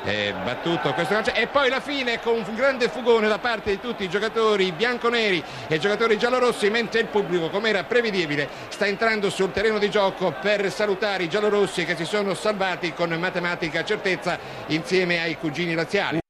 battuto questo calcio, e poi la fine con un grande fugone da parte di tutti i giocatori bianconeri e i giocatori giallorossi, mentre il pubblico, come era prevedibile, sta entrando sul terreno di gioco per salutare i giallorossi che si sono salvati con matematica certezza insieme ai cugini laziali.